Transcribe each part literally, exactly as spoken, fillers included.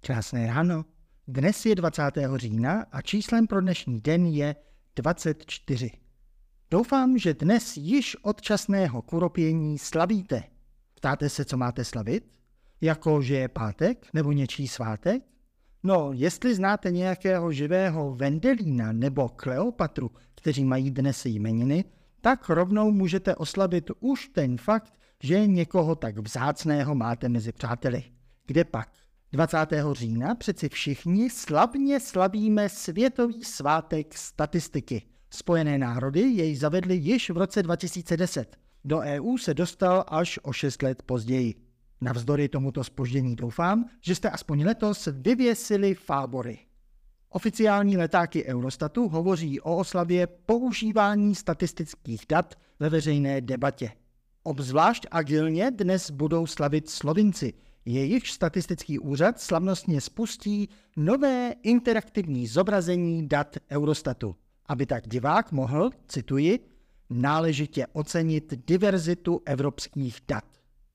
Krásné ráno. Dnes je dvacátého října a číslem pro dnešní den je dvacet čtyři. Doufám, že dnes již od časného kuropění slavíte. Ptáte se, co máte slavit? Jako, že je pátek nebo něčí svátek? No, jestli znáte nějakého živého Vendelína nebo Kleopatru, kteří mají dnes jmeniny, tak rovnou můžete oslavit už ten fakt, že někoho tak vzácného máte mezi přáteli. Kde pak? dvacátého října přeci všichni slavně slavíme Světový svátek statistiky. Spojené národy jej zavedly již v roce dva tisíce deset. Do E U se dostal až o šest let později. Navzdory tomuto zpoždění doufám, že jste aspoň letos vyvěsili fábory. Oficiální letáky Eurostatu hovoří o oslavě používání statistických dat ve veřejné debatě. Obzvlášť agilně dnes budou slavit Slovinci. Jejich statistický úřad slavnostně spustí nové interaktivní zobrazení dat Eurostatu, aby tak divák mohl, cituji, náležitě ocenit diverzitu evropských dat.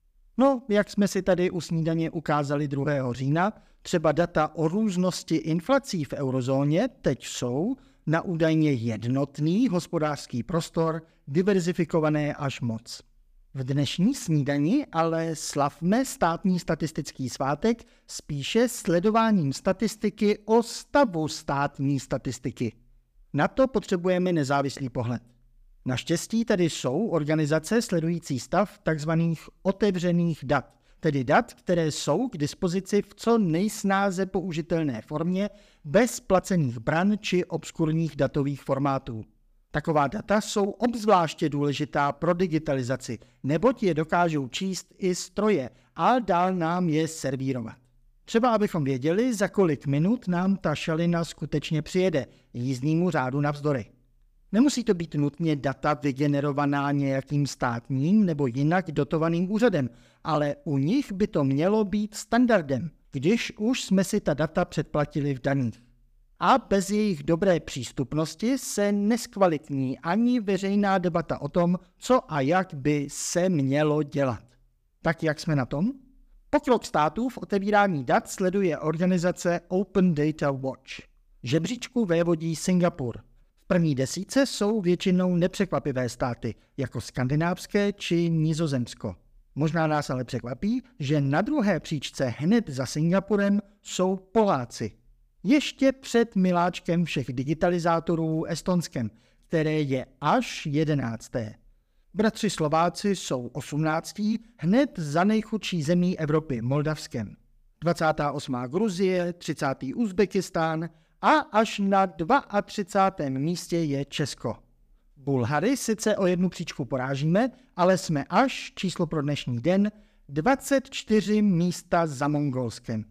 No, jak jsme si tady u snídaně ukázali druhého října, třeba data o různosti inflací v eurozóně teď jsou na údajně jednotný hospodářský prostor diverzifikované až moc. V dnešní snídani ale slavme státní statistický svátek spíše sledováním statistiky o stavu státní statistiky. Na to potřebujeme nezávislý pohled. Naštěstí tady jsou organizace sledující stav tzv. Otevřených dat, tedy dat, které jsou k dispozici v co nejsnáze použitelné formě bez placených bran či obskurních datových formátů. Taková data jsou obzvláště důležitá pro digitalizaci, neboť je dokážou číst i stroje a dál nám je servírovat. Třeba abychom věděli, za kolik minut nám ta šalina skutečně přijede, jízdnímu řádu navzdory. Nemusí to být nutně data vygenerovaná nějakým státním nebo jinak dotovaným úřadem, ale u nich by to mělo být standardem, když už jsme si ta data předplatili v daních. A bez jejich dobré přístupnosti se neskvalitní ani veřejná debata o tom, co a jak by se mělo dělat. Tak jak jsme na tom? Pokrok států v otevírání dat sleduje organizace Open Data Watch. Žebříčku vévodí Singapur. V první desítce jsou většinou nepřekvapivé státy, jako skandinávské či Nizozemsko. Možná nás ale překvapí, že na druhé příčce hned za Singapurem jsou Poláci. Ještě před miláčkem všech digitalizátorů Estonskem, které je až jedenácté. Bratři Slováci jsou osmnáctí, hned za nejchudší zemí Evropy Moldavskem. dvacátá osmá Gruzie, třicátý Uzbekistán a až na třicátém druhém místě je Česko. Bulhary sice o jednu příčku porážíme, ale jsme až, číslo pro dnešní den, dvacet čtyři místa za Mongolskem.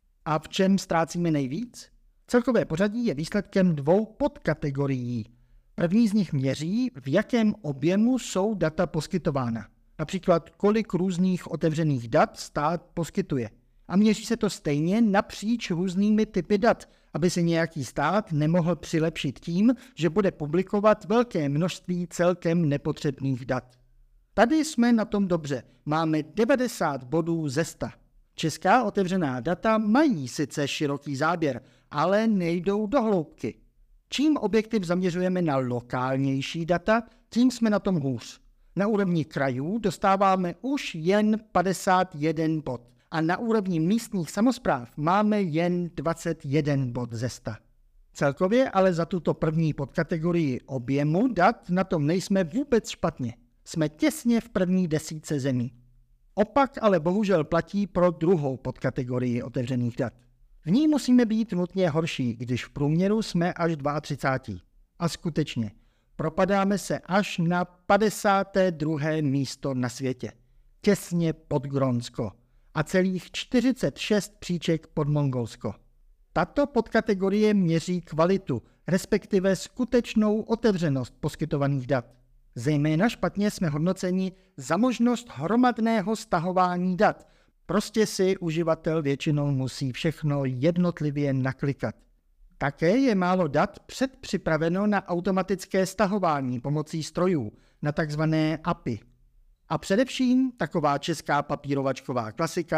A v čem ztrácíme nejvíc? Celkové pořadí je výsledkem dvou podkategorií. První z nich měří, v jakém objemu jsou data poskytována. Například, kolik různých otevřených dat stát poskytuje. A měří se to stejně napříč různými typy dat, aby se nějaký stát nemohl přilepšit tím, že bude publikovat velké množství celkem nepotřebných dat. Tady jsme na tom dobře. Máme devadesát bodů ze sta. Česká otevřená data mají sice široký záběr, ale nejdou do hloubky. Čím objektiv zaměřujeme na lokálnější data, tím jsme na tom hůř. Na úrovni krajů dostáváme už jen padesát jeden bod a na úrovni místních samospráv máme jen dvacet jeden bod ze sta. Celkově ale za tuto první podkategorii objemu dat na tom nejsme vůbec špatně. Jsme těsně v první desítce zemí. Opak ale bohužel platí pro druhou podkategorii otevřených dat. V ní musíme být nutně horší, když v průměru jsme až třicátí druhý A skutečně, propadáme se až na padesáté druhé místo na světě. Těsně pod Grónsko a celých čtyřicet šest příček pod Mongolsko. Tato podkategorie měří kvalitu, respektive skutečnou otevřenost poskytovaných dat. Zejména špatně jsme hodnoceni za možnost hromadného stahování dat. Prostě si uživatel většinou musí všechno jednotlivě naklikat. Také je málo dat předpřipraveno na automatické stahování pomocí strojů, na takzvané A P I. A především taková česká papírovačková klasika,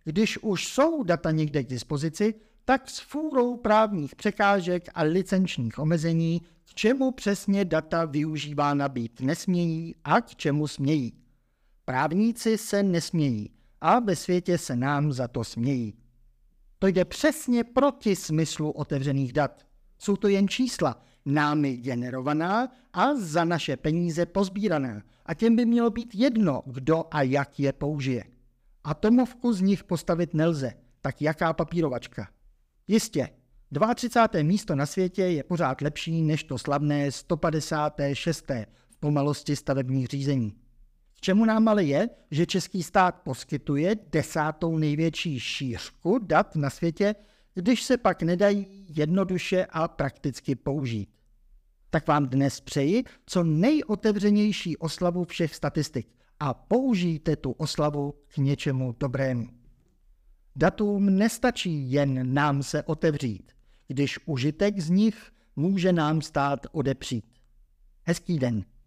Když už jsou data někde k dispozici, tak s fůrou právních překážek a licenčních omezení, k čemu přesně data využívána být nesmějí a k čemu smějí. Právníci se nesmějí a ve světě se nám za to smějí. To jde přesně proti smyslu otevřených dat. Jsou to jen čísla, námi generovaná a za naše peníze pozbíraná. A těm by mělo být jedno, kdo a jak je použije. Atomovku z nich postavit nelze, tak jaká papírovačka? Jistě, třicáté druhé místo na světě je pořád lepší než to slavné sto padesáté šesté v pomalosti stavebních řízení. K čemu nám ale je, že český stát poskytuje desátou největší šířku dat na světě, když se pak nedají jednoduše a prakticky použít. Tak vám dnes přeji co nejotevřenější oslavu všech statistik a použijte tu oslavu k něčemu dobrému. Datům nestačí jen nám se otevřít, když užitek z nich může nám stát odepřít. Hezký den.